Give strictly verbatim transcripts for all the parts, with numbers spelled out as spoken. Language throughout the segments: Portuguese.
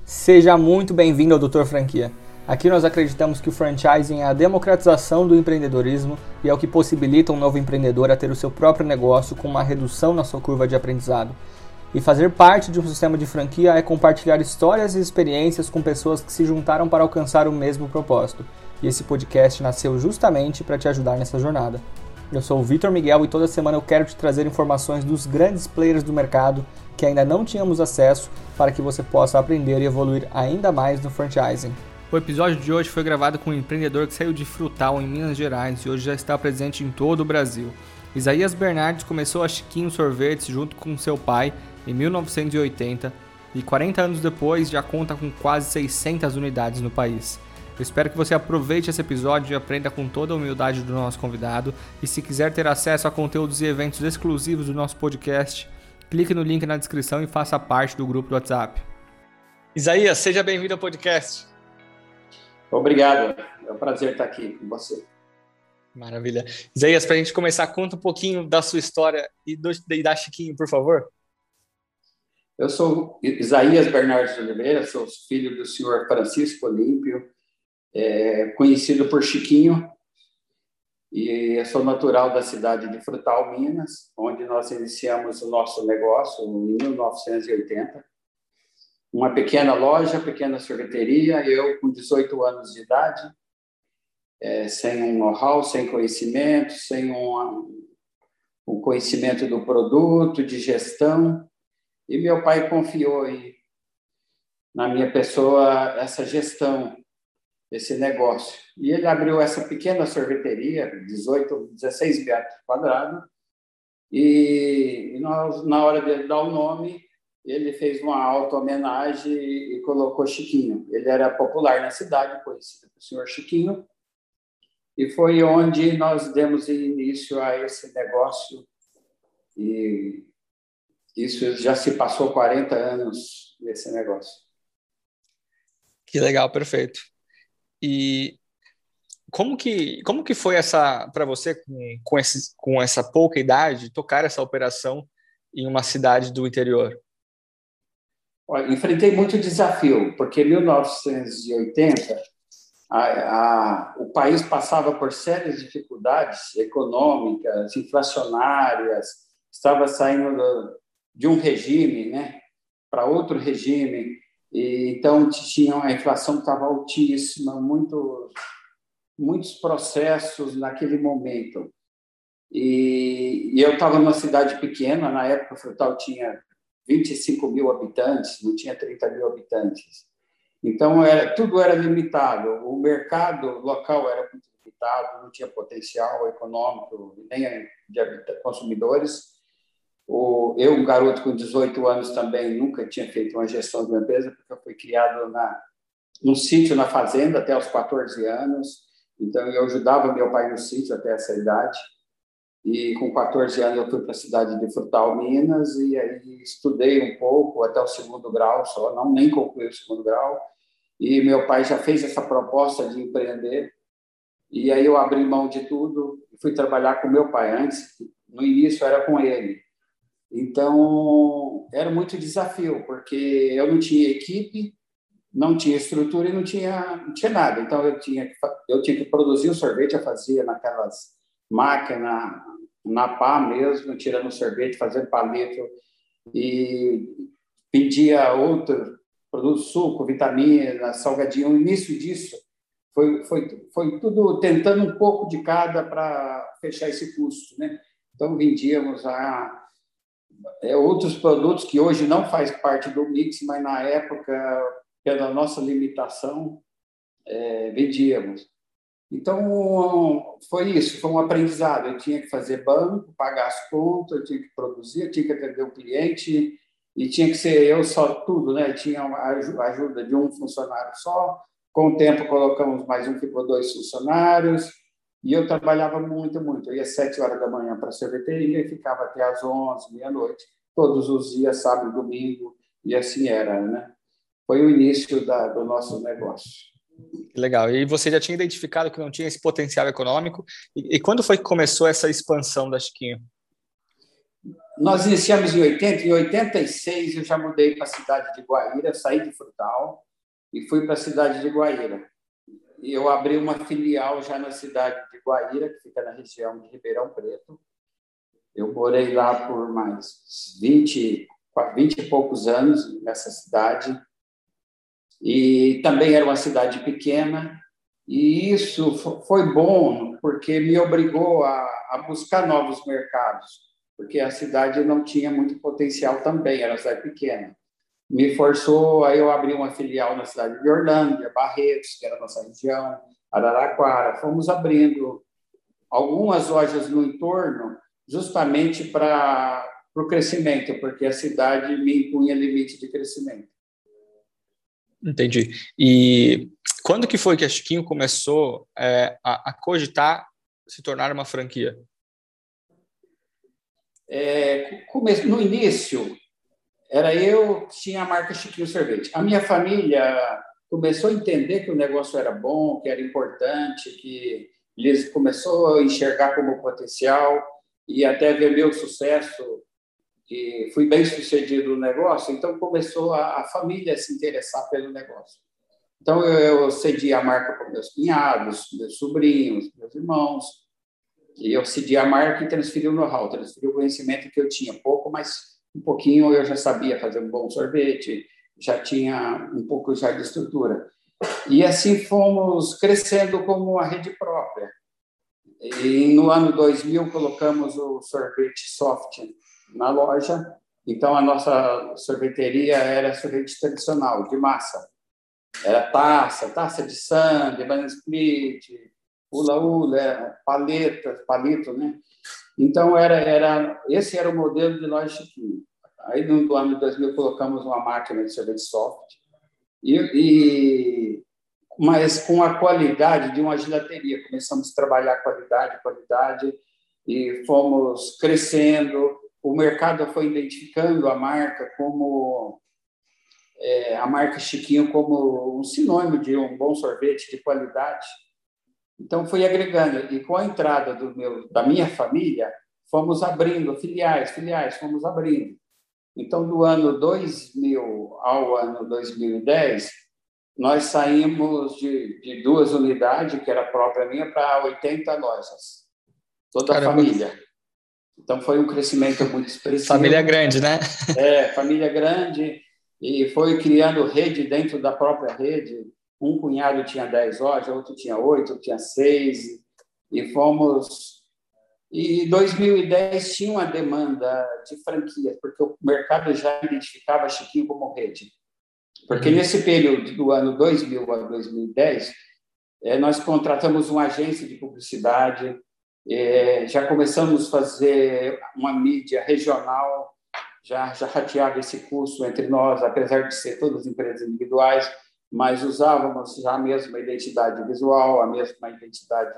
Seja muito bem-vindo ao doutor Franquia. Aqui nós acreditamos que o franchising é a democratização do empreendedorismo e é o que possibilita um novo empreendedor a ter o seu próprio negócio com uma redução na sua curva de aprendizado. E fazer parte de um sistema de franquia é compartilhar histórias e experiências com pessoas que se juntaram para alcançar o mesmo propósito. E esse podcast nasceu justamente para te ajudar nessa jornada. Eu sou o Vitor Miguel e toda semana eu quero te trazer informações dos grandes players do mercado que ainda não tínhamos acesso para que você possa aprender e evoluir ainda mais no franchising. O episódio de hoje foi gravado com um empreendedor que saiu de Frutal, em Minas Gerais, e hoje já está presente em todo o Brasil. Isaías Bernardes começou a Chiquinho Sorvetes junto com seu pai em mil novecentos e oitenta e quarenta anos depois já conta com quase seiscentas unidades no país. Eu espero que você aproveite esse episódio e aprenda com toda a humildade do nosso convidado. E se quiser ter acesso a conteúdos e eventos exclusivos do nosso podcast, clique no link na descrição e faça parte do grupo do WhatsApp. Isaías, seja bem-vindo ao podcast. Obrigado, é um prazer estar aqui com você. Maravilha. Isaías, para a gente começar, conta um pouquinho da sua história e, do, e da Chiquinho, por favor. Eu sou Isaías Bernardes de Oliveira, sou filho do senhor Francisco Olímpio, é, conhecido por Chiquinho, e eu sou natural da cidade de Frutal, Minas, onde nós iniciamos o nosso negócio em mil novecentos e oitenta. Uma pequena loja, pequena sorveteria, eu com dezoito anos de idade, é, sem um know-how, sem conhecimento, sem um, um conhecimento do produto, de gestão, e meu pai confiou em, na minha pessoa essa gestão, esse negócio. E ele abriu essa pequena sorveteria, dezoito, dezesseis metros quadrados, e, e nós, na hora de dar o nome, ele fez uma auto-homenagem e colocou Chiquinho. Ele era popular na cidade, conhecido por senhor Chiquinho, e foi onde nós demos início a esse negócio, e isso já se passou quarenta anos nesse negócio. Que legal, perfeito. E como que, como que foi essa para você, com, com, esse, com essa pouca idade, tocar essa operação em uma cidade do interior? Olha, enfrentei muito desafio, porque em mil novecentos e oitenta a, a, o país passava por sérias dificuldades econômicas, inflacionárias, estava saindo do, de um regime, né, para outro regime. E, então, tinha, a inflação estava altíssima, muito, muitos processos naquele momento. E, e eu estava numa cidade pequena, na época o Frutal tinha vinte e cinco mil habitantes, não tinha trinta mil habitantes. Então, era, tudo era limitado, o mercado local era muito limitado, não tinha potencial econômico, nem de consumidores. O, eu, um garoto com dezoito anos também, nunca tinha feito uma gestão de uma empresa, porque eu fui criado na, num sítio, na fazenda, até os quatorze anos. Então, eu ajudava meu pai no sítio até essa idade. E com quatorze anos eu fui para a cidade de Frutal, Minas, e aí estudei um pouco, até o segundo grau só, não nem concluí o segundo grau. E meu pai já fez essa proposta de empreender. E aí eu abri mão de tudo e fui trabalhar com meu pai. Antes, no início, era com ele. Então, era muito desafio, porque eu não tinha equipe, não tinha estrutura e não tinha, não tinha nada. Então, eu tinha, que, eu tinha que produzir o sorvete, eu fazia naquelas máquinas, na pá mesmo, tirando o sorvete, fazendo palito, e pedia outro produto, suco, vitamina, salgadinho. O início disso foi, foi, foi tudo tentando um pouco de cada para fechar esse custo, né? Então, vendíamos a É, outros produtos que hoje não faz parte do mix, mas na época, pela nossa limitação, é, vendíamos. Então, foi isso, foi um aprendizado. Eu tinha que fazer banco, pagar as contas, eu tinha que produzir, eu tinha que atender o cliente, e tinha que ser eu só tudo, né? Tinha a ajuda de um funcionário só. Com o tempo, colocamos mais um, ficou dois funcionários. E eu trabalhava muito, muito. Eu ia às sete horas da manhã para a sorveteria e ficava até às onze, meia-noite, todos os dias, sábado e domingo, e assim era, né? Foi o início da, do nosso negócio. Legal. E você já tinha identificado que não tinha esse potencial econômico? E, e quando foi que começou essa expansão da Chiquinho? Nós iniciamos em oitenta, em oitenta e seis eu já mudei para a cidade de Guaíra, saí de Frutal e fui para a cidade de Guaíra. E eu abri uma filial já na cidade de Guaíra, que fica na região de Ribeirão Preto. Eu morei lá por mais vinte, vinte e poucos anos nessa cidade. E também era uma cidade pequena. E isso foi bom, porque me obrigou a, a buscar novos mercados, porque a cidade não tinha muito potencial também, era uma cidade pequena. Me forçou a eu abrir uma filial na cidade de Orlândia, Barretos, que era a nossa região, Araraquara. Fomos abrindo algumas lojas no entorno, justamente para o crescimento, porque a cidade me impunha limite de crescimento. Entendi. E quando que foi que a Chiquinho começou é, a, a cogitar se tornar uma franquia? É, no início, era eu que tinha a marca Chiquinho Sorvete. A minha família começou a entender que o negócio era bom, que era importante, que eles começou a enxergar como potencial e até ver meu sucesso, que fui bem sucedido no negócio, então começou a, a família a se interessar pelo negócio. Então eu, eu cedi a marca para meus cunhados, meus sobrinhos, meus irmãos, e eu cedi a marca e transferi o know-how, transferi o conhecimento que eu tinha, pouco, mas um pouquinho eu já sabia fazer um bom sorvete, já tinha um pouco já de estrutura. E assim fomos crescendo como uma rede própria. E no ano dois mil colocamos o sorvete soft na loja, então a nossa sorveteria era sorvete tradicional, de massa. Era taça, taça de sundae, banana split, hula-hula, paleta, palito, né? Então, era, era, esse era o modelo de loja Chiquinho. Aí, no ano dois mil, colocamos uma máquina de sorvete soft, e, e, mas com a qualidade de uma gelateria. Começamos a trabalhar qualidade, qualidade, e fomos crescendo. O mercado foi identificando a marca como... É, a marca Chiquinho como um sinônimo de um bom sorvete de qualidade. Então, fui agregando. E com a entrada do meu, da minha família, fomos abrindo filiais, filiais, fomos abrindo. Então, do ano dois mil ao ano dois mil e dez, nós saímos de, de duas unidades, que era própria minha, para oitenta lojas. Toda a família. Então, foi um crescimento muito expressivo. Família grande, né? É, família grande. E foi criando rede dentro da própria rede. Um cunhado tinha dez lojas, outro tinha oito, outro tinha seis. E fomos... E em dois mil e dez tinha uma demanda de franquias, porque o mercado já identificava a Chiquinho como rede. Porque nesse período do ano dois mil a dois mil e dez, nós contratamos uma agência de publicidade, já começamos a fazer uma mídia regional, já, já rateava esse curso entre nós, apesar de ser todas empresas individuais, mas usávamos já a mesma identidade visual, a mesma identidade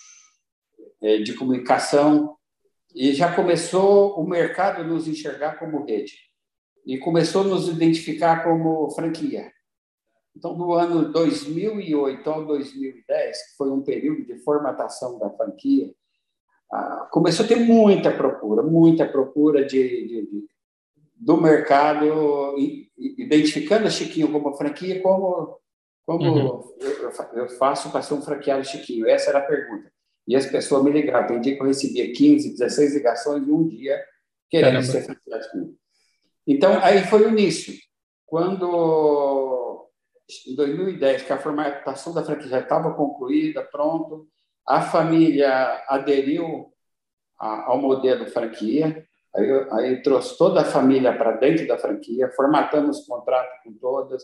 de comunicação, e já começou o mercado nos enxergar como rede, e começou a nos identificar como franquia. Então, do ano dois mil e oito ao dois mil e dez, que foi um período de formatação da franquia, começou a ter muita procura, muita procura de, de, de do mercado, identificando a Chiquinho como franquia, como, como uhum. eu faço para ser um franqueado Chiquinho? Essa era a pergunta. E as pessoas me ligavam. Tem dia que eu recebia quinze, dezesseis ligações em um dia querendo Caramba. ser franqueado Chiquinho. Então, aí foi o início. Quando, em dois mil e dez, que a formatação da franquia já estava concluída, pronto, a família aderiu ao modelo franquia. Aí, aí trouxe toda a família para dentro da franquia, formatamos contrato com todas.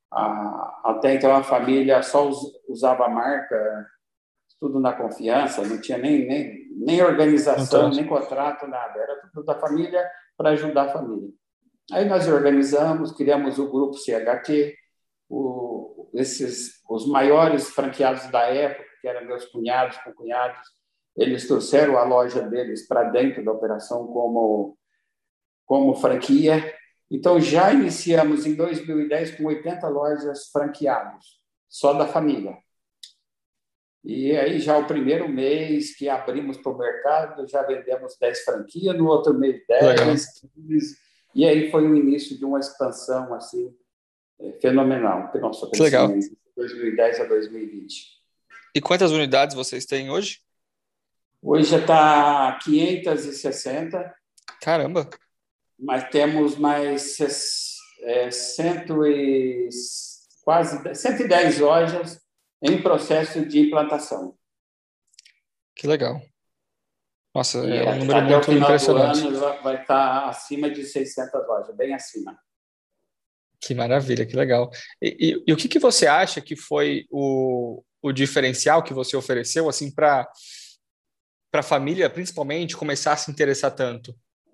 Até então, a família só usava a marca, tudo na confiança, não tinha nem, nem, nem organização, nem contrato, nada. Era tudo da família para ajudar a família. Aí nós organizamos, criamos o grupo C H Q, o, esses, os maiores franqueados da época, que eram meus cunhados, concunhados, eles trouxeram a loja deles para dentro da operação como, como franquia. Então, já iniciamos em dois mil e dez com oitenta lojas franqueadas, só da família. E aí, já o primeiro mês que abrimos para o mercado, já vendemos dez franquias, no outro mês dez, quinze, e aí foi o início de uma expansão assim, fenomenal, que nosso Que legal. crescimento de dois mil e dez a dois mil e vinte. E quantas unidades vocês têm hoje? Hoje já está quinhentas e sessenta. Caramba! Mas temos mais é, cento e, quase cento e dez lojas em processo de implantação. Que legal. Nossa, E é um número até o muito final impressionante. do ano vai estar acima de seiscentas lojas, bem acima. Que maravilha, que legal. E, e, e o que, que você acha que foi o, o diferencial que você ofereceu assim para para a família, principalmente, começar a se interessar tanto?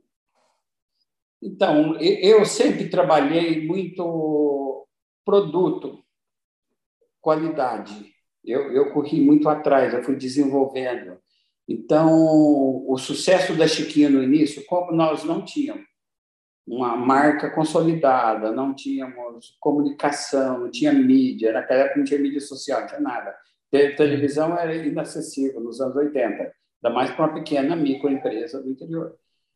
Então, eu sempre trabalhei muito produto, qualidade. Eu, eu corri muito atrás, eu fui desenvolvendo. Então, o sucesso da Chiquinha no início, como nós não tínhamos uma marca consolidada, não tínhamos comunicação, não tinha mídia, naquela época não tinha mídia social, não tinha nada. A televisão era inacessível nos anos oitenta, ainda mais para uma pequena microempresa do interior.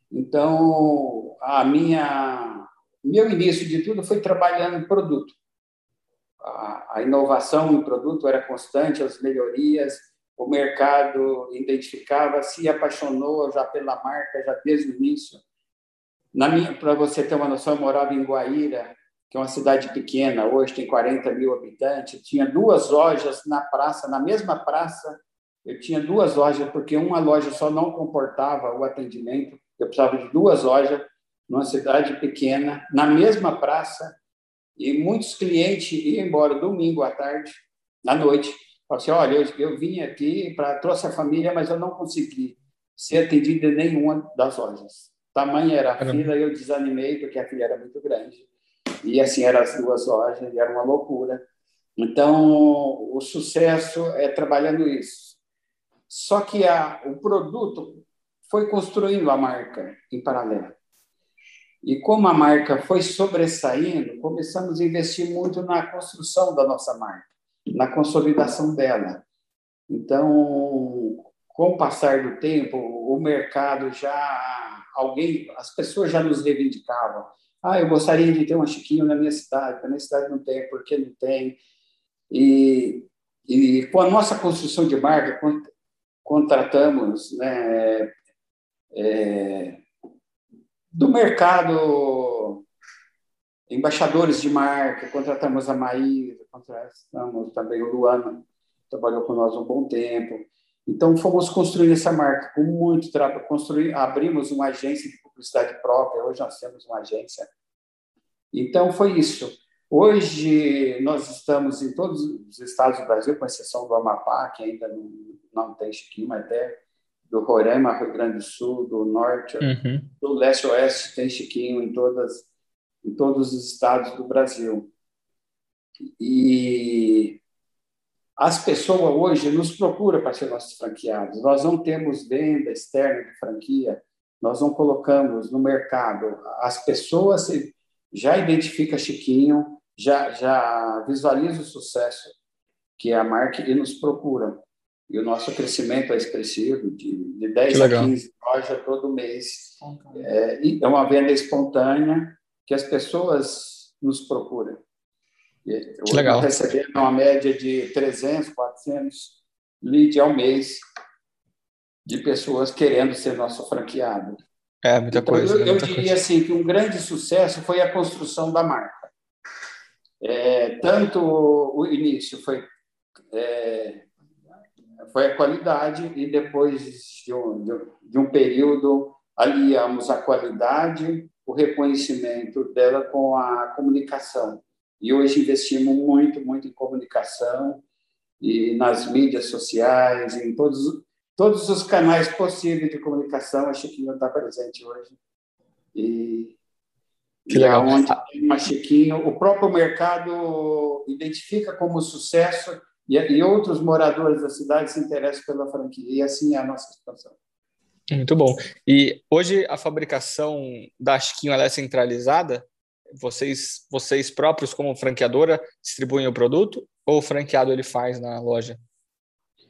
Então, a minha, meu início de tudo foi trabalhando em produto. A, a inovação no produto era constante, as melhorias, o mercado identificava, se apaixonou já pela marca, já desde o início. Para você ter uma noção, eu morava em Guaíra, que é uma cidade pequena, hoje tem quarenta mil habitantes, tinha duas lojas na praça, na mesma praça, eu tinha duas lojas, porque uma loja só não comportava o atendimento, eu precisava de duas lojas numa cidade pequena, na mesma praça, e muitos clientes iam embora domingo à tarde, à noite, falavam assim, olha, eu, eu vim aqui, pra, trouxe a família, mas eu não consegui ser atendido em nenhuma das lojas. Tamanha era a fila, eu desanimei, porque a fila era muito grande. E assim, eram as duas lojas, e era uma loucura. Então, o sucesso é trabalhando isso. Só que a, o produto foi construindo a marca em paralelo. E como a marca foi sobressaindo, começamos a investir muito na construção da nossa marca, na consolidação dela. Então, com o passar do tempo, o mercado já... alguém, as pessoas já nos reivindicavam. Ah, eu gostaria de ter uma Chiquinho na minha cidade, na minha cidade não tem, por que não tem? E, e com a nossa construção de marca, contratamos, né, é, do mercado, embaixadores de marca, contratamos a Maísa, contratamos também o Luana, trabalhou com nós um bom tempo. Então, fomos construir essa marca com muito trabalho. Construir, abrimos uma agência de publicidade própria, hoje nós temos uma agência. Então, foi isso. Hoje, nós estamos em todos os estados do Brasil, com exceção do Amapá, que ainda não, não tem Chiquinho, mas até do Roraima, Rio Grande do Sul, do Norte, uhum. do Leste e Oeste, tem Chiquinho em, todas, em todos os estados do Brasil. E as pessoas hoje nos procuram para ser nossos franqueados. Nós não temos venda externa de franquia, nós não colocamos no mercado. As pessoas já identificam Chiquinho, já, já visualizam o sucesso que é a marca e nos procuram. E o nosso crescimento é expressivo, de, de dez a quinze lojas todo mês. É, é uma venda espontânea que as pessoas nos procuram. Hoje nós recebemos uma média de trezentos, quatrocentos leads ao mês de pessoas querendo ser nosso franqueado. É, muita então, coisa. Eu, né? muita eu diria coisa. assim que um grande sucesso foi a construção da marca. É, tanto o início foi, é, foi a qualidade e depois de um, de um período aliamos a qualidade, o reconhecimento dela com a comunicação. E hoje investimos muito, muito em comunicação e nas mídias sociais, em todos, todos os canais possíveis de comunicação. A Chiquinho está presente hoje. E, que e legal. Onde tem uma Chiquinho, o próprio mercado identifica como sucesso e, e outros moradores da cidade se interessam pela franquia. E assim é a nossa situação. Muito bom. E hoje a fabricação da Chiquinho ela é centralizada? Vocês, vocês próprios, como franqueadora, distribuem o produto ou o franqueado ele faz na loja?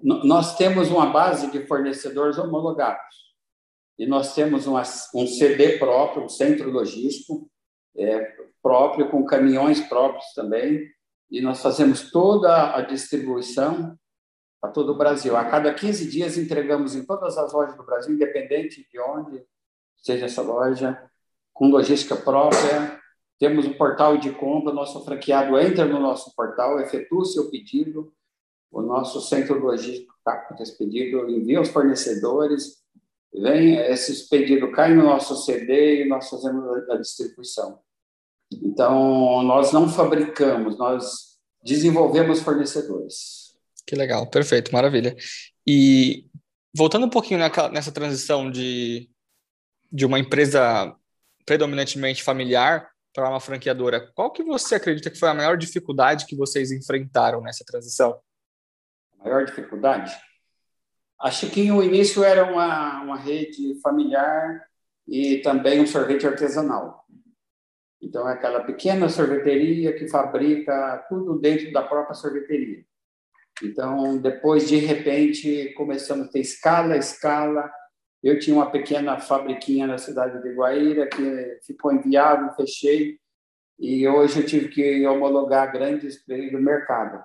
Nós temos uma base de fornecedores homologados e nós temos uma, um C D próprio, um centro logístico é, próprio, com caminhões próprios também, e nós fazemos toda a distribuição para todo o Brasil. A cada quinze dias entregamos em todas as lojas do Brasil, independente de onde seja essa loja, com logística própria. Temos um portal de compra, nosso franqueado entra no nosso portal, efetua o seu pedido, o nosso centro logístico capta esse pedido, envia os fornecedores, vem, esses pedidos caem no nosso C D e nós fazemos a distribuição. Então, nós não fabricamos, nós desenvolvemos fornecedores. Que legal, perfeito, maravilha. E voltando um pouquinho nessa transição de, de uma empresa predominantemente familiar para uma franqueadora, qual que você acredita que foi a maior dificuldade que vocês enfrentaram nessa transição? A maior dificuldade? Acho que no início era uma, uma rede familiar e também um sorvete artesanal. Então, é aquela pequena sorveteria que fabrica tudo dentro da própria sorveteria. Então, depois, de repente, começamos a ter escala, escala. Eu tinha uma pequena fabriquinha na cidade de Guaíra que ficou inviável, fechei. E hoje eu tive que homologar grandes players do mercado.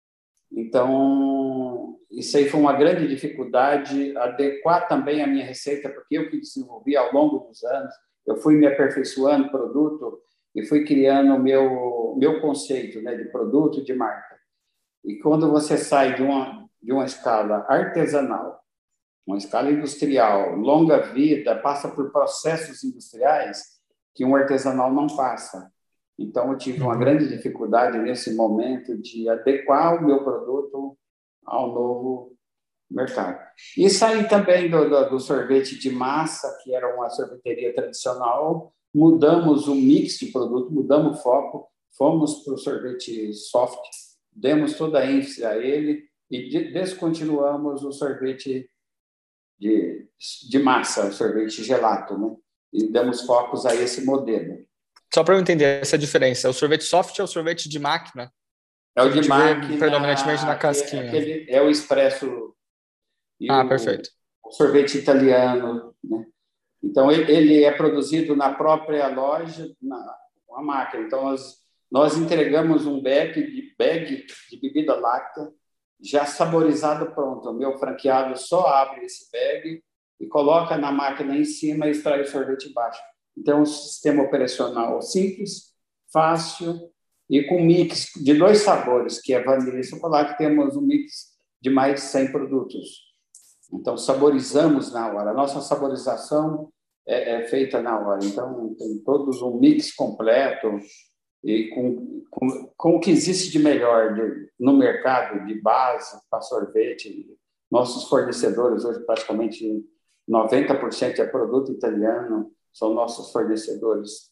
Então, isso aí foi uma grande dificuldade, adequar também a minha receita, porque eu que desenvolvi ao longo dos anos, eu fui me aperfeiçoando produto e fui criando o meu, meu conceito, né, de produto, de marca. E quando você sai de uma, de uma escala artesanal, uma escala industrial, longa vida, passa por processos industriais que um artesanal não passa. Então, eu tive uma grande dificuldade nesse momento de adequar o meu produto ao novo mercado. E saí também do, do, do sorvete de massa, que era uma sorveteria tradicional, mudamos o mix de produto, mudamos o foco, fomos para o sorvete soft, demos toda a ênfase a ele e descontinuamos o sorvete de, de massa, o sorvete gelato, né? E damos focos a esse modelo. Só para eu entender essa diferença, o sorvete soft é o sorvete de máquina? É o de máquina, predominantemente na casquinha. Aquele, é o expresso e ah, o, perfeito. o sorvete italiano, né? Então, ele é produzido na própria loja, na, na máquina. Então, nós, nós entregamos um bag de, bag de bebida láctea já saborizado pronto. O meu franqueado só abre esse bag e coloca na máquina em cima e extrai o sorvete embaixo. Então, um sistema operacional simples, fácil e com mix de dois sabores, que é vanilha e chocolate. Temos um mix de mais de cem produtos. Então, saborizamos na hora. A nossa saborização é, é feita na hora. Então, tem todos um mix completo e com, com, com o que existe de melhor de, no mercado, de base para sorvete. Nossos fornecedores, hoje, praticamente noventa por cento é produto italiano, são nossos fornecedores,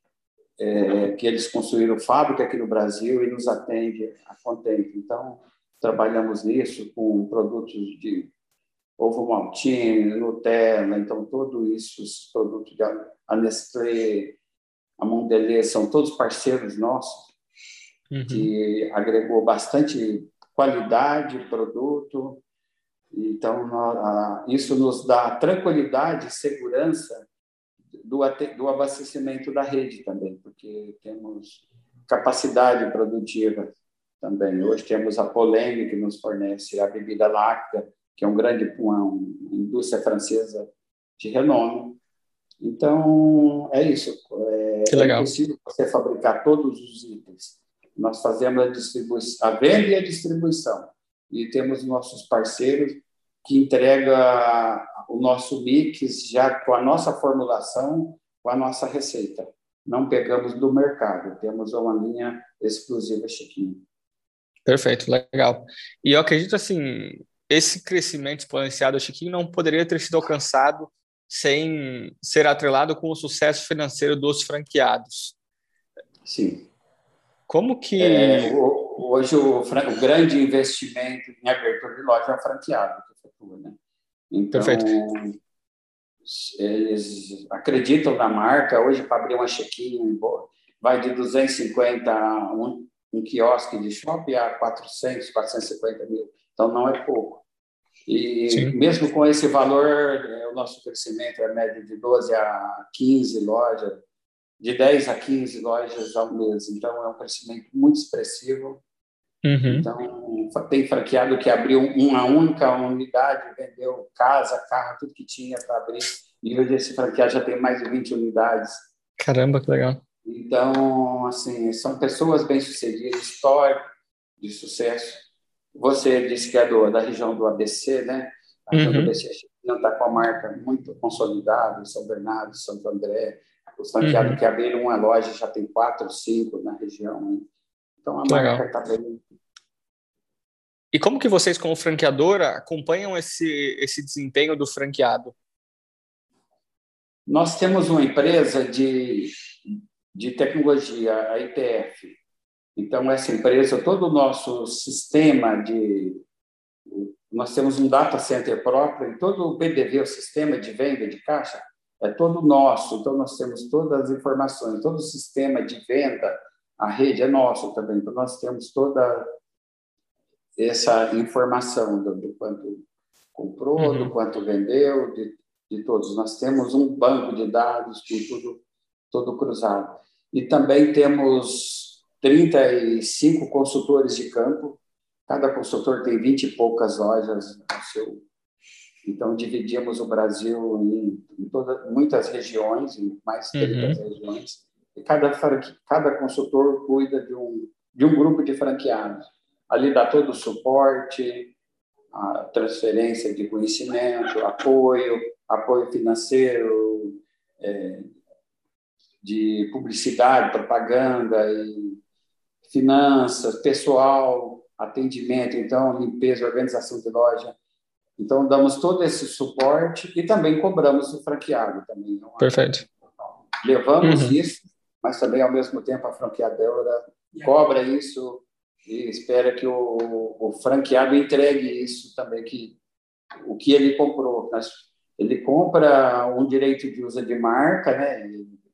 é, que eles construíram fábrica aqui no Brasil e nos atende a contento. Então, trabalhamos nisso com produtos de ovo maltine, Nutella, então, tudo isso, os produtos de a Nestlé, a Mondelez, são todos parceiros nossos, uhum. que agregou bastante qualidade, produto. Então, isso nos dá tranquilidade e segurança do, do abastecimento da rede também, porque temos capacidade produtiva também. Hoje temos a Polene, que nos fornece a bebida láctea, que é um grande, uma, uma indústria francesa de renome. Então, é isso. É, que legal. É impossível você fabricar todos os itens. Nós fazemos a distribuição, a venda e a distribuição. E temos nossos parceiros que entregam o nosso mix já com a nossa formulação, com a nossa receita. Não pegamos do mercado, temos uma linha exclusiva Chiquinho. Perfeito, legal. E eu acredito assim, esse crescimento exponencial do Chiquinho não poderia ter sido alcançado sem ser atrelado com o sucesso financeiro dos franqueados. Sim. Como que... É, hoje o, o grande investimento em abertura de loja é o franqueado que efetua, né? Então, perfeito. Eles acreditam na marca. Hoje, para abrir uma Chiquinho, vai de duzentos e cinquenta a um, um quiosque de shopping a quatrocentos, quatrocentos e cinquenta mil. Então, não é pouco. E Sim. mesmo com esse valor, é, o nosso crescimento é média de doze a quinze lojas, de dez a quinze lojas ao mês. Então, é um crescimento muito expressivo. Uhum. Então, tem franqueado que abriu uma única unidade, vendeu casa, carro, tudo que tinha para abrir. E hoje esse franqueado já tem mais de vinte unidades. Caramba, que legal. Então, assim, são pessoas bem-sucedidas, história de sucesso. Você disse que é do, da região do A B C, né? A região do Uhum. A B C não está com a marca muito consolidada, São Bernardo, Santo André. Os franqueados Uhum. que abriram uma loja já tem quatro, cinco na região. Né? Então, a Que marca legal. está bem. E como que vocês, como franqueadora, acompanham esse, esse desempenho do franqueado? Nós temos uma empresa de, de tecnologia, a I P F. Então, essa empresa, todo o nosso sistema de... Nós temos um data center próprio, e todo o P D V, o sistema de venda de caixa, é todo nosso. Então, nós temos todas as informações, todo o sistema de venda, a rede é nosso também. Então, nós temos toda essa informação do, do quanto comprou, Uhum. do quanto vendeu, de, de todos. Nós temos um banco de dados com tudo, todo cruzado. E também temos trinta e cinco consultores de campo. Cada consultor tem vinte e poucas lojas no seu. Então, dividimos o Brasil em, em toda, muitas regiões, em mais de trinta Uhum. regiões. E cada, cada consultor cuida de um, de um grupo de franqueados. Ali dá todo o suporte, a transferência de conhecimento, apoio, apoio financeiro, é, de publicidade, propaganda, e finanças, pessoal, atendimento, então, limpeza, organização de loja. Então, damos todo esse suporte e também cobramos o franqueado. Também. Perfeito. Levamos Uhum. isso, mas também, ao mesmo tempo, a franqueadora cobra isso e espera que o, o franqueado entregue isso também, que, o que ele comprou. Ele compra um direito de uso de marca, né?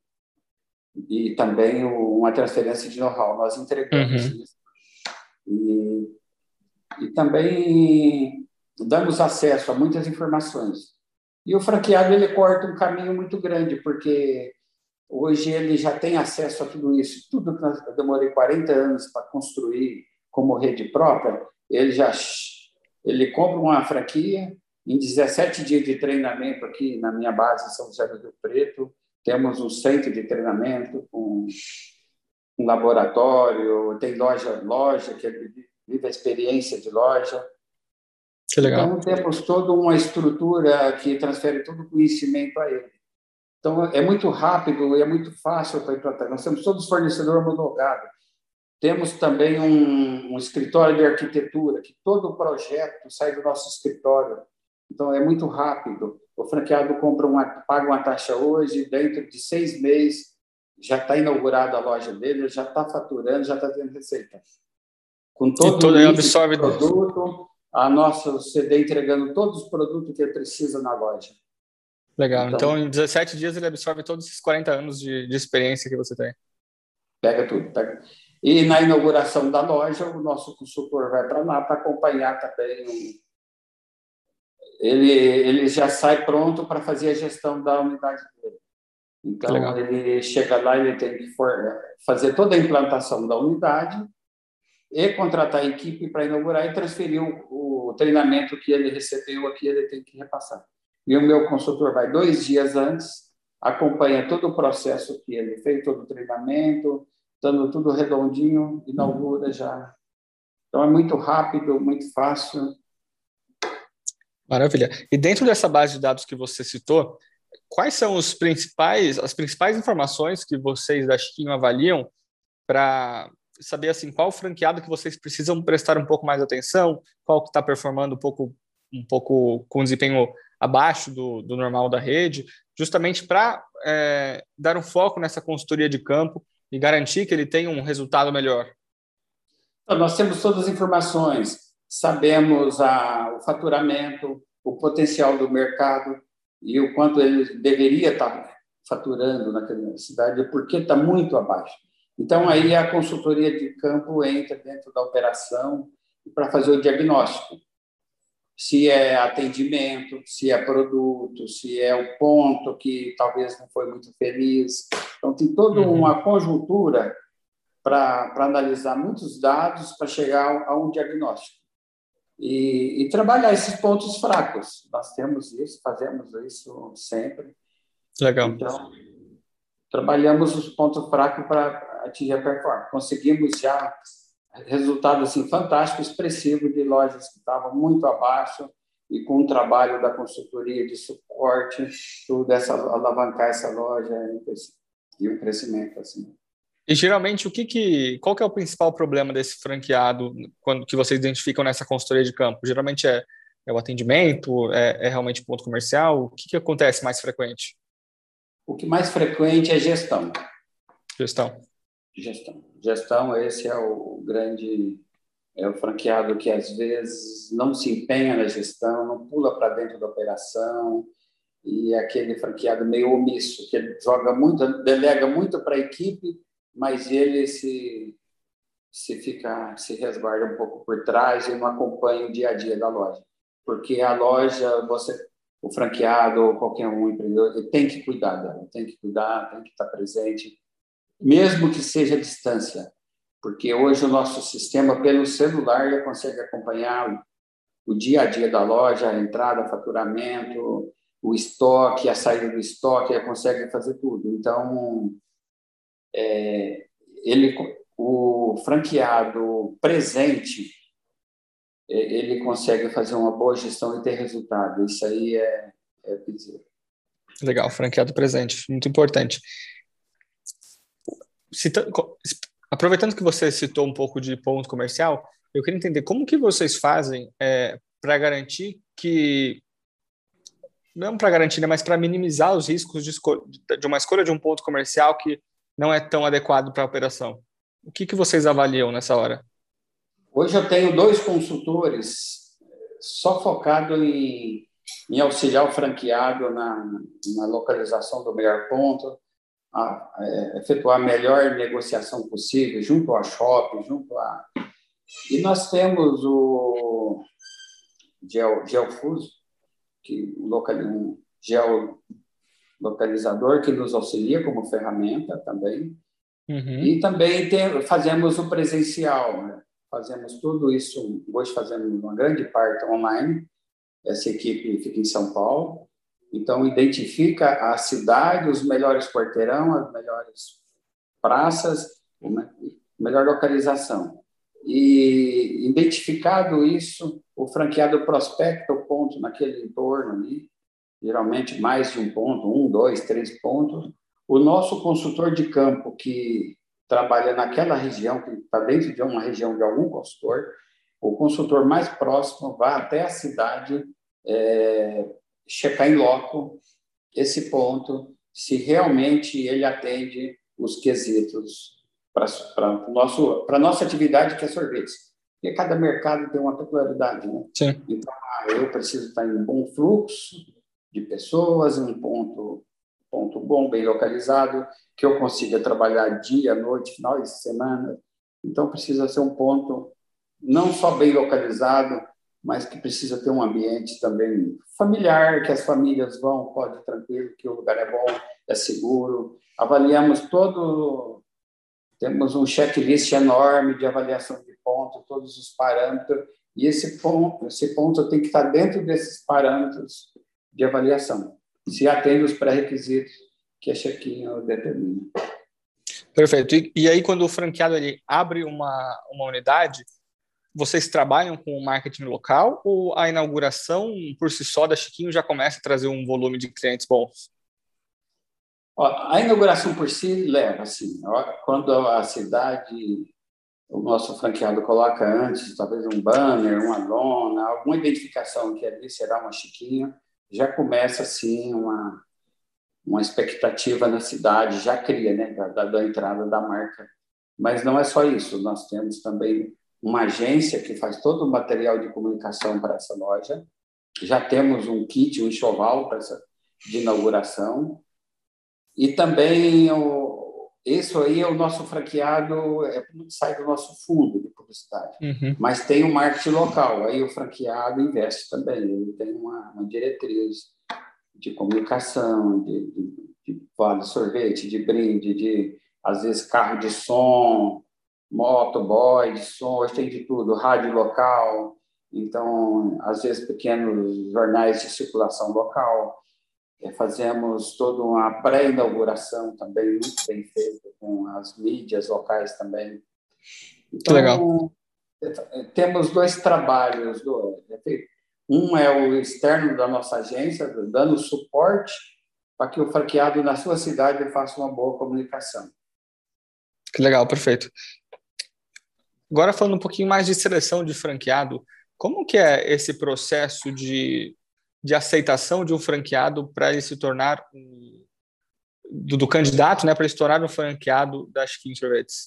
E, e também uma transferência de know-how. Nós entregamos Uhum. isso. E, e também damos acesso a muitas informações. E o franqueado ele corta um caminho muito grande, porque hoje ele já tem acesso a tudo isso. Tudo que eu demorei quarenta anos para construir como rede própria, ele já ele compra uma franquia, em dezessete dias de treinamento aqui na minha base em São José do Rio Preto, temos um centro de treinamento com um laboratório, tem loja, loja que vive a experiência de loja. Que legal. Então, temos toda uma estrutura que transfere todo o conhecimento a ele. Então, é muito rápido e é muito fácil para implantar. Nós temos todos os fornecedores homologados. Temos também um, um escritório de arquitetura, que todo o projeto sai do nosso escritório. Então, é muito rápido. O franqueado compra uma, paga uma taxa hoje, dentro de seis meses, já está inaugurada a loja dele, já está faturando, já está tendo receita. Com todo, todo o ele nível absorve de produto, a nossa C D entregando todos os produtos que ele precisa na loja. Legal. Então, Então, em dezessete dias ele absorve todos esses quarenta anos de, de experiência que você tem. pega tudo. Pega. E na inauguração da loja, o nosso consultor vai para lá para acompanhar também. Ele, ele já sai pronto para fazer a gestão da unidade dele. Então, ele chega lá, ele tem que for, fazer toda a implantação da unidade e contratar a equipe para inaugurar e transferir o, o treinamento que ele recebeu aqui, ele tem que repassar. E o meu consultor vai dois dias antes, acompanha todo o processo que ele fez, todo o treinamento, dando tudo redondinho, inaugura já. Então, é muito rápido, muito fácil. Maravilha. E dentro dessa base de dados que você citou, quais são os principais, as principais informações que vocês da Chiquinho avaliam para saber assim, qual franqueado que vocês precisam prestar um pouco mais atenção, qual que está performando um pouco, um pouco com desempenho abaixo do, do normal da rede, justamente para é, dar um foco nessa consultoria de campo e garantir que ele tenha um resultado melhor? Então, nós temos todas as informações, sabemos a, o faturamento, o potencial do mercado e o quanto ele deveria estar faturando naquela cidade, porque está muito abaixo. Então, aí a consultoria de campo entra dentro da operação para fazer o diagnóstico. se é atendimento, se é produto, se é o ponto que talvez não foi muito feliz. Então, tem toda uma conjuntura para analisar muitos dados para chegar a um diagnóstico. E, e trabalhar esses pontos fracos. Nós temos isso, fazemos isso sempre. Legal. Então, trabalhamos os pontos fracos para atingir a performance. Conseguimos já resultados assim, fantásticos, expressivos de lojas que estavam muito abaixo e com o trabalho da consultoria de suporte, tudo essa, alavancar essa loja e um crescimento assim. E geralmente, o que que, qual que é o principal problema desse franqueado quando que vocês identificam nessa consultoria de campo? Geralmente é, é o atendimento, é, é realmente o ponto comercial? O que que acontece mais frequente? O que mais frequente é gestão. Gestão. Gestão. Gestão, esse é o grande, é o franqueado que às vezes não se empenha na gestão, não pula para dentro da operação, e é aquele franqueado meio omisso, que ele joga muito, delega muito para a equipe, mas ele se, se fica, se resguarda um pouco por trás e não acompanha o dia a dia da loja. Porque a loja, você, o franqueado ou qualquer um empreendedor, ele tem que cuidar dela, tem que cuidar, tem que estar presente, mesmo que seja à distância. Porque hoje o nosso sistema, pelo celular, ele consegue acompanhar o dia a dia da loja, a entrada, faturamento, o estoque, a saída do estoque, ele consegue fazer tudo. Então, É, ele, o franqueado presente, ele consegue fazer uma boa gestão e ter resultado. Isso aí é, é dizer. Legal, franqueado presente, muito importante. Cita, aproveitando que você citou um pouco de ponto comercial, eu queria entender como que vocês fazem é, para garantir que, não para garantir, né, mas para minimizar os riscos de, de uma escolha de um ponto comercial que não é tão adequado para a operação. O que que vocês avaliam nessa hora? Hoje eu tenho dois consultores só focado em, em auxiliar o franqueado na, na localização do melhor ponto, a, é, efetuar a melhor negociação possível junto ao shopping, junto a... E nós temos o Geo, Geofuso, que um geolocalizador que nos auxilia como ferramenta também. Uhum. E também tem, fazemos o presencial, né? Fazemos tudo isso, hoje fazemos uma grande parte online, essa equipe fica em São Paulo, então identifica a cidade, os melhores quarteirão, as melhores praças, a melhor localização. E identificado isso, o franqueado prospecta o ponto naquele entorno ali, geralmente mais de um ponto, um, dois, três pontos. O nosso consultor de campo, que trabalha naquela região, que está dentro de uma região de algum consultor, o consultor mais próximo vai até a cidade é, checar em loco esse ponto, se realmente ele atende os quesitos para a nossa atividade, que é sorvete. Porque cada mercado tem uma peculiaridade, né? Sim. Então, eu preciso estar em um bom fluxo de pessoas, em um ponto ponto bom, bem localizado, que eu consiga trabalhar dia, noite, final de semana. Então, precisa ser um ponto não só bem localizado, mas que precisa ter um ambiente também familiar, que as famílias vão, pode ir tranquilo, que o lugar é bom, é seguro. Avaliamos todo... Temos um checklist enorme de avaliação de ponto, todos os parâmetros, e esse ponto, esse ponto tem que estar dentro desses parâmetros de avaliação, se atende os pré-requisitos que a check-in determina. Perfeito. E, e aí, quando o franqueado ele abre uma, uma unidade, vocês trabalham com o marketing local ou a inauguração, por si só, da Chiquinho já começa a trazer um volume de clientes bons? Ó, a inauguração por si leva, assim, quando a cidade, o nosso franqueado coloca antes, talvez um banner, uma lona, alguma identificação que ali será uma Chiquinho, já começa, assim, uma, uma expectativa na cidade, já cria, né, da, da entrada da marca. Mas não é só isso, nós temos também uma agência que faz todo o material de comunicação para essa loja, já temos um kit, um enxoval para essa, de inauguração, e também o, isso aí é o nosso franqueado, é tudo que sai do nosso fundo de publicidade. Uhum. Mas tem o marketing local, aí o franqueado investe também, ele tem uma, uma diretriz de comunicação, de, de, de vale sorvete, de brinde, de, às vezes, carro de som, motoboy de som, hoje tem de tudo, rádio local, então, às vezes, pequenos jornais de circulação local. Fazemos toda uma pré-inauguração também, muito bem feita, com as mídias locais também. Que legal. Então, temos dois trabalhos. Um é o externo da nossa agência, dando suporte para que o franqueado na sua cidade faça uma boa comunicação. Que legal, perfeito. Agora, falando um pouquinho mais de seleção de franqueado, como que é esse processo de, de aceitação de um franqueado para ele se tornar um, do, do candidato, né, para ele se tornar um franqueado da Chiquinho Sorvetes?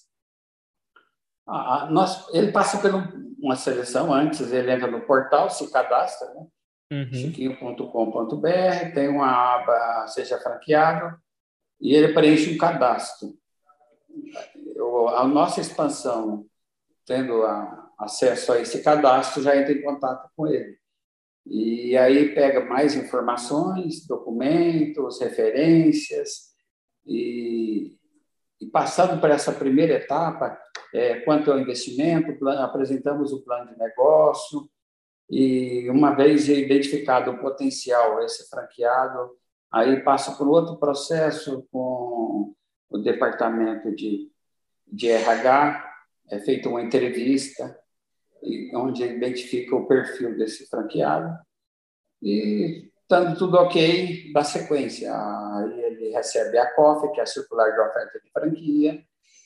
Ah, nós, ele passa por uma seleção antes, ele entra no portal, se cadastra, né? Uhum. chiquinho ponto com ponto b r, tem uma aba Seja Franqueado, e ele preenche um cadastro. Eu, a nossa expansão, tendo a, acesso a esse cadastro, já entra em contato com ele. E aí pega mais informações, documentos, referências, e, e passando por essa primeira etapa, é, quanto ao investimento, plano, apresentamos o plano de negócio, e uma vez identificado o potencial, esse franqueado, aí passa por outro processo com o departamento de, de R H, é feita uma entrevista, onde identifica o perfil desse franqueado, e, estando tudo ok, dá sequência. Aí ele recebe a C O F, que é a Circular de Oferta de Franquia,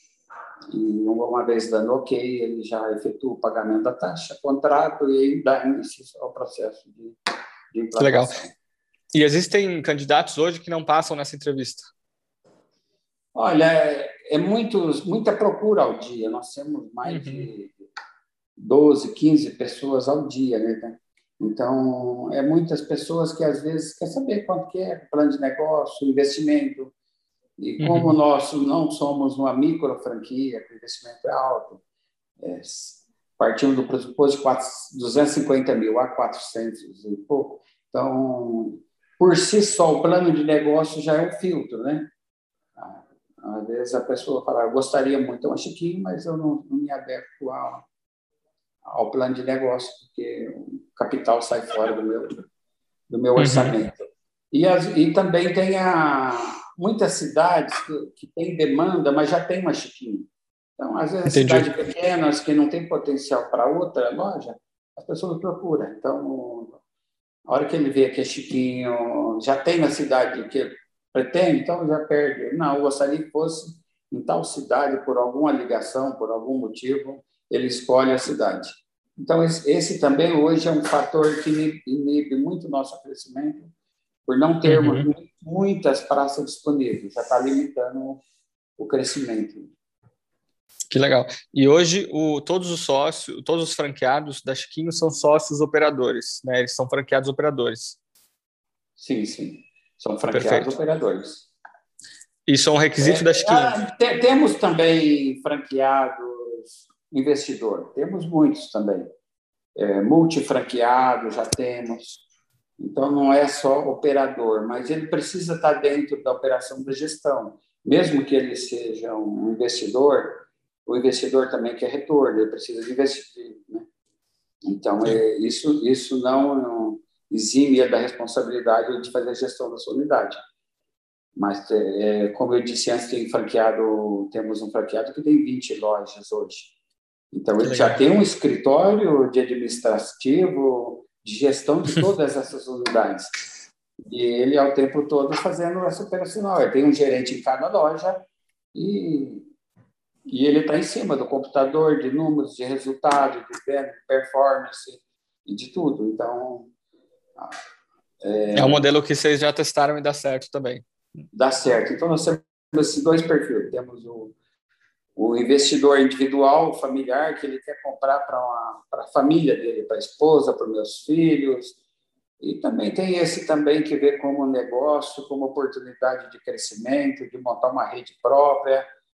e uma vez dando ok, ele já efetua o pagamento da taxa, contrato, e dá início ao processo de, de implantação. Legal. E existem candidatos hoje que não passam nessa entrevista? Olha, é muitos, muita procura ao dia. Nós temos mais uhum. de doze, quinze pessoas ao dia, né? Então, é muitas pessoas que, às vezes, querem saber quanto que é plano de negócio, investimento. E como uhum. nós não somos uma micro franquia, que o investimento é alto, é, partindo do pressuposto de duzentos e cinquenta mil a quatrocentos e pouco. Então, por si só, o plano de negócio já é um filtro, né? Às vezes a pessoa fala, eu gostaria muito de uma Chiquinho, mas eu não, não me adequo ao, ao plano de negócio, porque o capital sai fora do meu, do meu orçamento. Uhum. E, as, e também tem a, muitas cidades que, que têm demanda, mas já tem uma Chiquinho. Então, às vezes, Entendi. cidades pequenas que não têm potencial para outra loja, as pessoas procuram. Então, a hora que ele vê que é Chiquinho, já tem na cidade que ele pretende, então já perde. Não, eu gostaria que fosse em tal cidade, por alguma ligação, por algum motivo, ele escolhe a cidade. Então, esse, esse também hoje é um fator que inibe muito o nosso crescimento, por não termos uhum. muitas praças disponíveis, já está limitando o crescimento. Que legal. E hoje, o, todos os sócios, todos os franqueados da Chiquinho são sócios operadores, né? Eles são franqueados operadores. Sim, sim. São franqueados Perfeito. operadores. Isso é um requisito é, da Chiquinho? É, temos também franqueados investidor. Temos muitos também. É, multifranqueado já temos. Então, não é só operador, mas ele precisa estar dentro da operação da gestão. Mesmo que ele seja um investidor, o investidor também quer retorno, ele precisa de investir, né? Então, é, isso, isso não, não exime da responsabilidade de fazer a gestão da sua unidade. Mas, é, como eu disse antes, tem franqueado, temos um franqueado que tem vinte lojas hoje. Então, ele já tem um escritório de administrativo, de gestão de todas essas unidades. E ele, ao tempo todo, fazendo essa operacional. Ele tem um gerente em cada loja e, e ele está em cima do computador, de números, de resultado, de venda, de performance e de tudo. Então... É, é um modelo que vocês já testaram e dá certo também. Dá certo. Então, nós temos esses dois perfis. Temos o, o investidor individual, familiar, que ele quer comprar para a família dele, para a esposa, para os meus filhos. E também tem esse também que vê como negócio, como oportunidade de crescimento, de montar uma rede própria.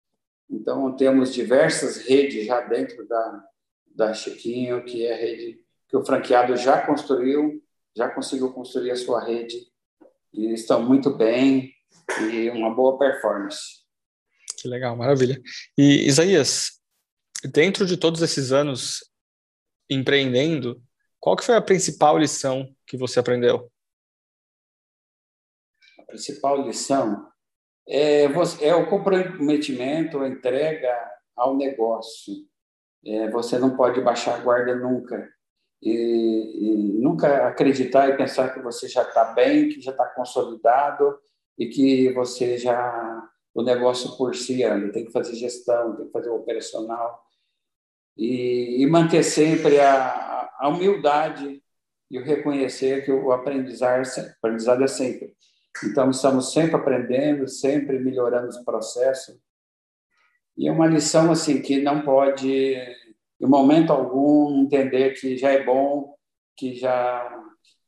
Então, temos diversas redes já dentro da, da Chiquinho, que é a rede que o franqueado já construiu, já conseguiu construir a sua rede, e estão muito bem, e uma boa performance. Que legal, maravilha. E, Isaías, dentro de todos esses anos empreendendo, qual que foi a principal lição que você aprendeu? A principal lição é, você, é o comprometimento, a entrega ao negócio. É, você não pode baixar a guarda nunca. E, e nunca acreditar e pensar que você já está bem, que já está consolidado e que você já... o negócio por si anda. Tem que fazer gestão, tem que fazer o operacional. E, e manter sempre a, a humildade e o reconhecer que o aprendizado, aprendizado é sempre. Então, estamos sempre aprendendo, sempre melhorando os processos. E é uma lição assim que não pode, em momento algum, entender que já é bom, que já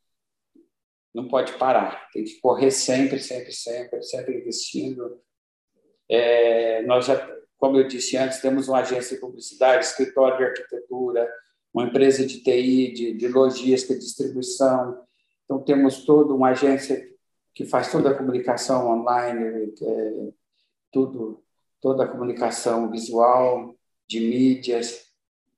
não pode parar. Tem que correr sempre, sempre, sempre, sempre investindo. É, nós já, como eu disse antes, temos uma agência de publicidade, escritório de arquitetura, uma empresa de T I, de, de logística, distribuição. Então, temos toda uma agência que faz toda a comunicação online, é, tudo, toda a comunicação visual, de mídias.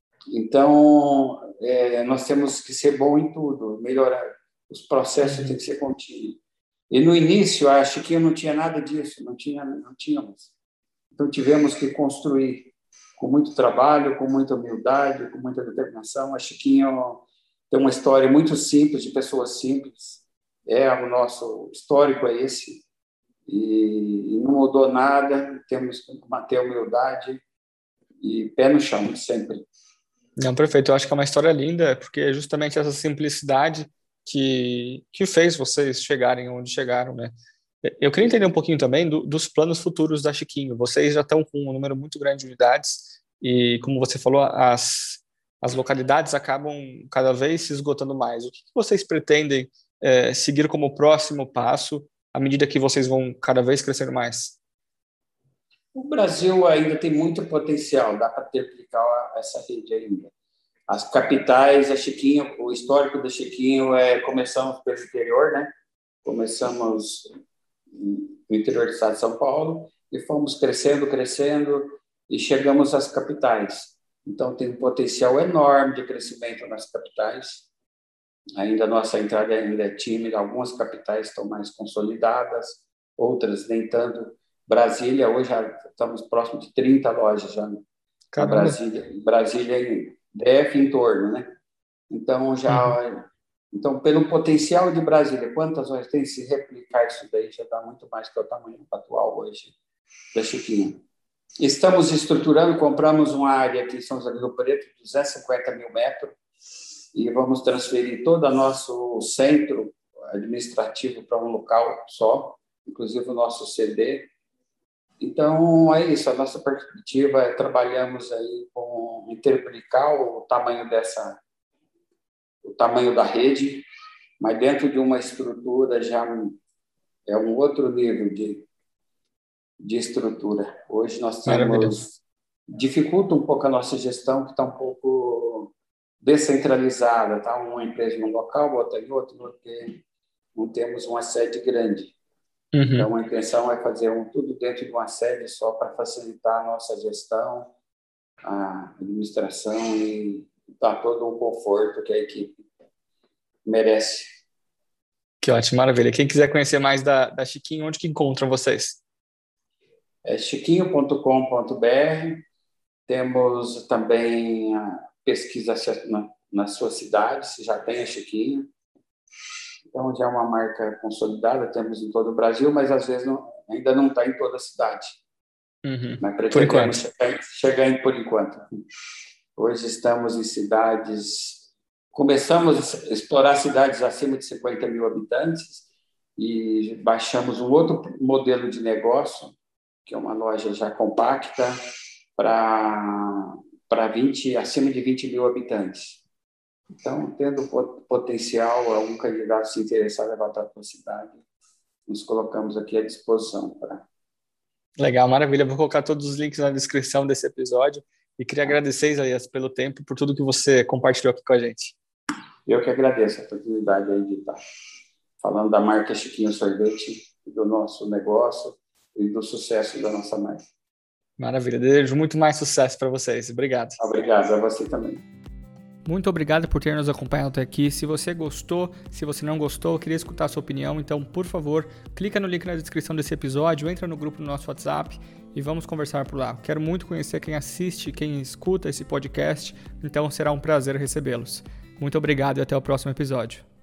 Então, é, nós temos que ser bom em tudo, melhorar. Os processos têm que ser contínuos. E no início, acho que eu não tinha nada disso, não tinha, não tínhamos. Então, tivemos que construir com muito trabalho, com muita humildade, com muita determinação. A Chiquinho tem uma história muito simples, de pessoas simples. É, o nosso histórico é esse. E, e não mudou nada, temos que manter a humildade e pé no chão, sempre. Não, perfeito. Eu acho que é uma história linda, porque é justamente essa simplicidade que, que fez vocês chegarem onde chegaram, né? Eu queria entender um pouquinho também do, dos planos futuros da Chiquinho. Vocês já estão com um número muito grande de unidades e, como você falou, as, as localidades acabam cada vez se esgotando mais. O que que vocês pretendem é, seguir como próximo passo à medida que vocês vão cada vez crescer mais? O Brasil ainda tem muito potencial, dá para triplicar essa rede ainda. As capitais, a Chiquinho, o histórico da Chiquinho é começamos pelo interior, né? Começamos no interior do estado de São Paulo e fomos crescendo, crescendo e chegamos às capitais. Então, tem um potencial enorme de crescimento nas capitais. Ainda a nossa entrada ainda é tímida, algumas capitais estão mais consolidadas, outras nem tanto. Brasília, hoje já estamos próximo de trinta lojas já na Caramba. Brasília. Brasília em D F em torno, né? Então, já... Uhum. Então, pelo potencial de Brasília, quantas lojas tem, se replicar isso daí, já dá muito mais que o tamanho atual hoje da Chiquinha. Estamos estruturando, compramos uma área aqui em São José do Rio Preto, duzentos e cinquenta mil metros, e vamos transferir todo o nosso centro administrativo para um local só, inclusive o nosso C D. Então, é isso, a nossa perspectiva é trabalhamos aí com interplicar o tamanho dessa, o tamanho da rede, mas dentro de uma estrutura já é um outro nível de, de estrutura. Hoje nós Maravilha. temos... Dificulta um pouco a nossa gestão, que está um pouco descentralizada, tá? Uma empresa num local, outra em outro, porque não temos uma sede grande. Uhum. Então, a intenção é fazer um, tudo dentro de uma sede só para facilitar a nossa gestão, a administração e dar todo um conforto que a equipe merece. Que ótimo, maravilha. Quem quiser conhecer mais da, da Chiquinho, onde que encontram vocês? É chiquinho ponto com ponto b r. Temos também a pesquisa na, na sua cidade, se já tem a Chiquinho. Então, já é uma marca consolidada, temos em todo o Brasil, mas às vezes não, ainda não está em toda a cidade. Uhum. Mas pretendemos chegar, chegar em por enquanto. Hoje estamos em cidades... Começamos a explorar cidades acima de cinquenta mil habitantes e baixamos um outro modelo de negócio, que é uma loja já compacta, para para vinte, acima de vinte mil habitantes. Então, tendo potencial, algum candidato se interessar em levar para a cidade, nos colocamos aqui à disposição para Legal, maravilha. Vou colocar todos os links na descrição desse episódio e queria agradecer, Isaías, pelo tempo, por tudo que você compartilhou aqui com a gente. Eu que agradeço a oportunidade aí de estar falando da marca Chiquinho Sorvete, do nosso negócio e do sucesso da nossa marca. Maravilha. Desejo muito mais sucesso para vocês. Obrigado. Obrigado a você também. Muito obrigado por ter nos acompanhado até aqui. Se você gostou, se você não gostou, eu queria escutar a sua opinião, então, por favor, clica no link na descrição desse episódio, entra no grupo do nosso WhatsApp e vamos conversar por lá. Quero muito conhecer quem assiste, quem escuta esse podcast, então será um prazer recebê-los. Muito obrigado e até o próximo episódio.